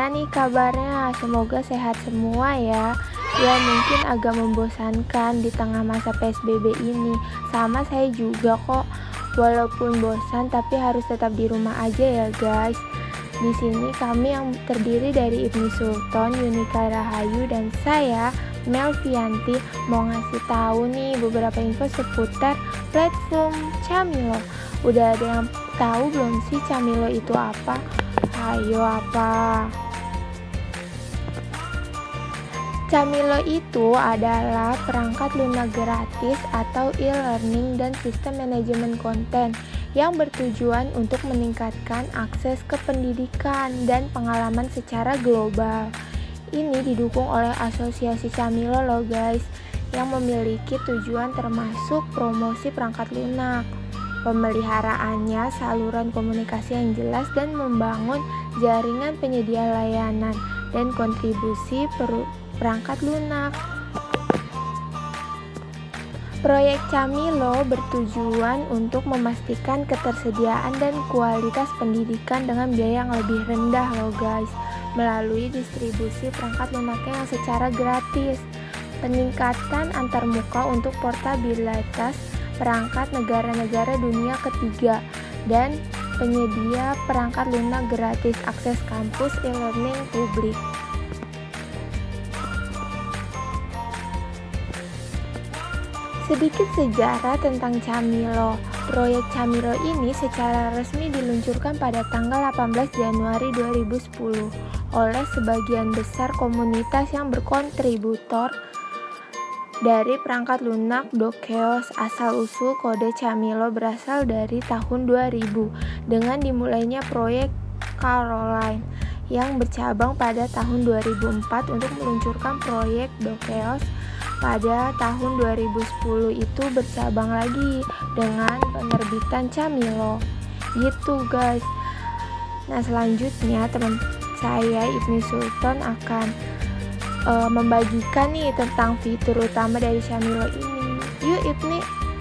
Gimana nih kabarnya? Semoga sehat semua ya. Ya mungkin agak membosankan di tengah masa PSBB ini. Sama saya juga kok. Walaupun bosan tapi harus tetap di rumah aja ya guys. Di sini kami yang terdiri dari Ibni Sultan, Yunika Rahayu, dan saya Melvianti mau ngasih tahu nih beberapa info seputar platform Camilo. Udah ada yang tahu belum sih Camilo itu apa? Ayo apa? Camilo itu adalah perangkat lunak gratis atau e-learning dan sistem manajemen konten yang bertujuan untuk meningkatkan akses ke pendidikan dan pengalaman secara global. Ini didukung oleh Asosiasi Camilo loh guys, yang memiliki tujuan termasuk promosi perangkat lunak, pemeliharaannya, saluran komunikasi yang jelas, dan membangun jaringan penyedia layanan dan kontribusi perangkat lunak. Proyek Camilo bertujuan untuk memastikan ketersediaan dan kualitas pendidikan dengan biaya yang lebih rendah loh guys, melalui distribusi perangkat lunaknya yang secara gratis, peningkatan antarmuka untuk portabilitas perangkat negara-negara dunia ketiga, dan penyedia perangkat lunak gratis akses kampus e-learning publik. Sedikit sejarah tentang Camilo. Proyek Camilo ini secara resmi diluncurkan pada tanggal 18 Januari 2010 oleh sebagian besar komunitas yang berkontributor dari perangkat lunak Dokeos. Asal-usul kode Camilo berasal dari tahun 2000 dengan dimulainya proyek Caroline yang bercabang pada tahun 2004 untuk meluncurkan proyek Dokeos. Pada tahun 2010 itu bercabang lagi dengan penerbitan Camilo gitu guys. Nah selanjutnya teman saya Ibni Sultan akan membagikan nih tentang fitur utama dari Camilo ini. Yuk Ibni.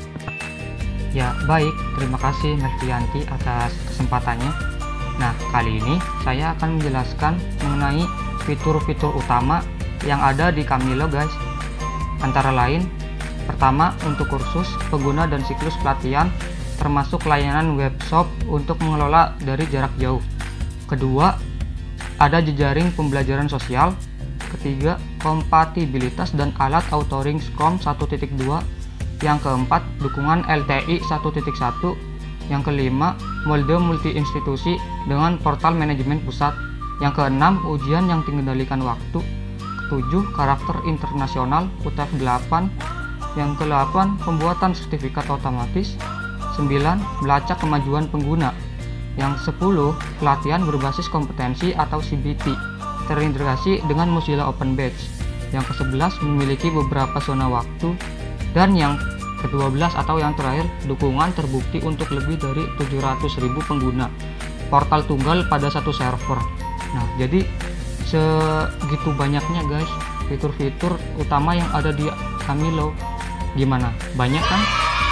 Ya baik, terima kasih Melvianti atas kesempatannya. Nah kali ini saya akan menjelaskan mengenai fitur-fitur utama yang ada di Camilo guys. Antara lain, pertama untuk kursus, pengguna dan siklus pelatihan, termasuk layanan webshop untuk mengelola dari jarak jauh. Kedua, ada jejaring pembelajaran sosial. Ketiga, kompatibilitas dan alat authoring Scrum 1.2. Yang keempat, dukungan LTI 1.1. Yang kelima, molde multi-institusi dengan portal manajemen pusat. Yang keenam, ujian yang dikendalikan waktu. 7. Karakter internasional UTF-8. Yang ke-8 pembuatan sertifikat otomatis. 9. Melacak kemajuan pengguna. Yang 10 pelatihan berbasis kompetensi atau CBT terintegrasi dengan Mozilla Open Badge. Yang ke-11 memiliki beberapa zona waktu. Dan yang ke-12 atau yang terakhir dukungan terbukti untuk lebih dari 700.000 pengguna, portal tunggal pada satu server. Nah jadi segitu banyaknya guys fitur-fitur utama yang ada di Camilo. Gimana? Banyak kan?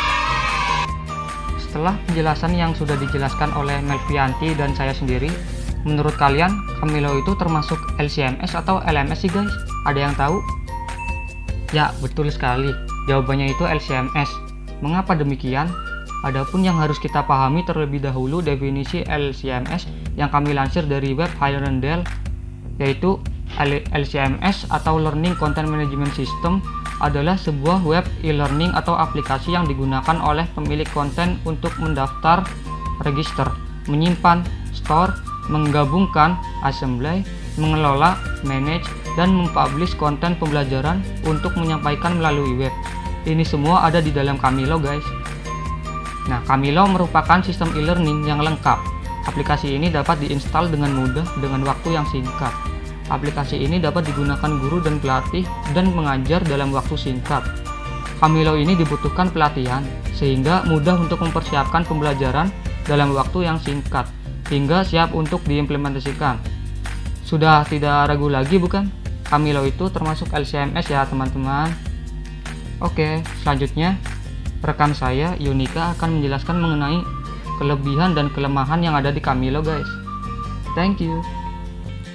Setelah penjelasan yang sudah dijelaskan oleh Melvianti dan saya sendiri, menurut kalian Camilo itu termasuk LCMS atau LMS sih guys? Ada yang tahu? Ya betul sekali, jawabannya itu LCMS. Mengapa demikian? Adapun yang harus kita pahami terlebih dahulu definisi LCMS yang kami lansir dari web Hirondelle, yaitu LCMS atau Learning Content Management System adalah sebuah web e-learning atau aplikasi yang digunakan oleh pemilik konten untuk mendaftar, register, menyimpan, store, menggabungkan, assembly, mengelola, manage, dan mempublish konten pembelajaran untuk menyampaikan melalui web. Ini semua ada di dalam Camilo guys. Nah, Camilo merupakan sistem e-learning yang lengkap. Aplikasi ini dapat diinstal dengan mudah dengan waktu yang singkat. Aplikasi ini dapat digunakan guru dan pelatih dan mengajar dalam waktu singkat. Camilo ini dibutuhkan pelatihan sehingga mudah untuk mempersiapkan pembelajaran dalam waktu yang singkat hingga siap untuk diimplementasikan. Sudah tidak ragu lagi bukan? Camilo itu termasuk LCMS ya teman-teman. Oke, selanjutnya rekan saya Yunika akan menjelaskan mengenai kelebihan dan kelemahan yang ada di Camilo guys. Thank you.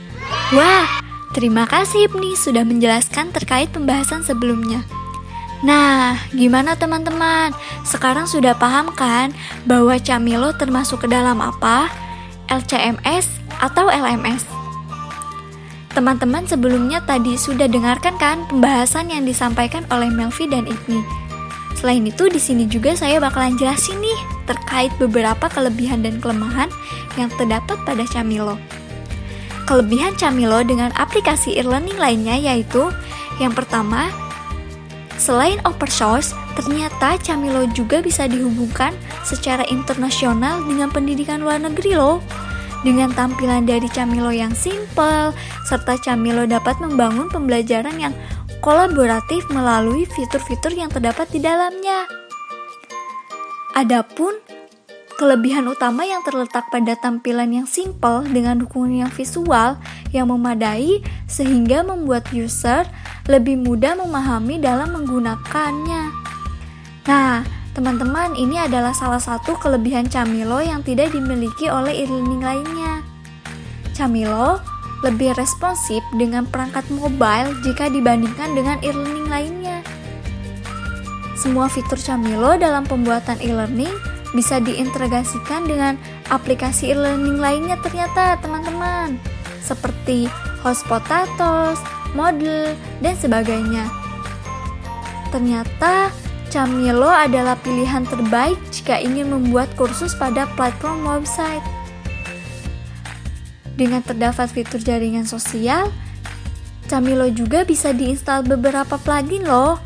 Wah, terima kasih Ibni sudah menjelaskan terkait pembahasan sebelumnya. Nah, gimana teman-teman? Sekarang sudah paham kan bahwa Camilo termasuk ke dalam apa? LCMS atau LMS? Teman-teman sebelumnya tadi sudah dengarkan kan pembahasan yang disampaikan oleh Melvi dan Ibni. Selain itu, di sini juga saya bakalan jelasin nih terkait beberapa kelebihan dan kelemahan yang terdapat pada Camilo. Kelebihan Camilo dengan aplikasi e-learning lainnya yaitu yang pertama, selain open source, ternyata Camilo juga bisa dihubungkan secara internasional dengan pendidikan luar negeri loh. Dengan tampilan dari Camilo yang simple, serta Camilo dapat membangun pembelajaran yang kolaboratif melalui fitur-fitur yang terdapat di dalamnya. Adapun kelebihan utama yang terletak pada tampilan yang simple dengan dukungan yang visual yang memadai sehingga membuat user lebih mudah memahami dalam menggunakannya. Nah, teman-teman, ini adalah salah satu kelebihan Camilo yang tidak dimiliki oleh e-learning lainnya. Camilo lebih responsif dengan perangkat mobile jika dibandingkan dengan e-learning lainnya. Semua fitur Camilo dalam pembuatan e-learning bisa diintegrasikan dengan aplikasi e-learning lainnya ternyata teman-teman, seperti Hotspotatos, Moodle, dan sebagainya. Ternyata Camilo adalah pilihan terbaik jika ingin membuat kursus pada platform website. Dengan terdapat fitur jaringan sosial, Camilo juga bisa diinstal beberapa plugin loh.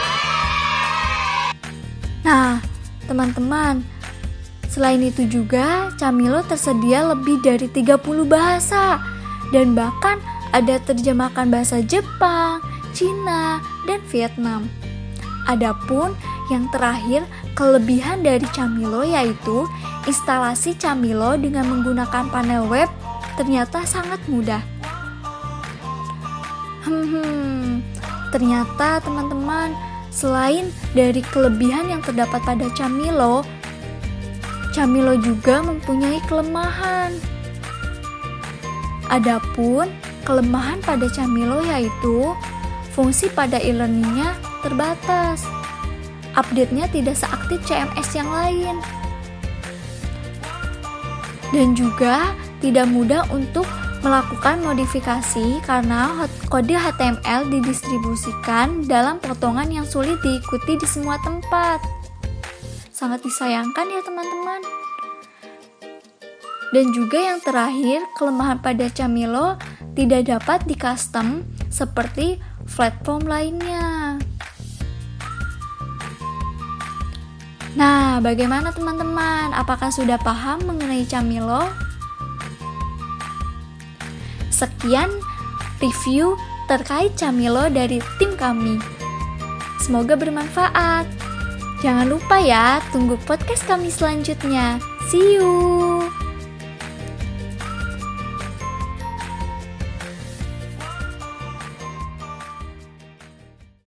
Nah, teman-teman, selain itu juga Camilo tersedia lebih dari 30 bahasa dan bahkan ada terjemahkan bahasa Jepang, Cina, dan Vietnam. Adapun yang terakhir, kelebihan dari Camilo yaitu instalasi Camilo dengan menggunakan panel web ternyata sangat mudah. Ternyata teman-teman, selain dari kelebihan yang terdapat pada Camilo, Camilo juga mempunyai kelemahan. Adapun kelemahan pada Camilo yaitu fungsi pada e-learningnya terbatas. Update-nya tidak seaktif CMS yang lain. Dan juga tidak mudah untuk melakukan modifikasi karena kode HTML didistribusikan dalam potongan yang sulit diikuti di semua tempat. Sangat disayangkan ya teman-teman. Dan juga yang terakhir, kelemahan pada Camilo tidak dapat di-custom seperti platform lainnya. Nah, bagaimana teman-teman? Apakah sudah paham mengenai Camilo? Sekian review terkait Camilo dari tim kami. Semoga bermanfaat. Jangan lupa ya, tunggu podcast kami selanjutnya. See you!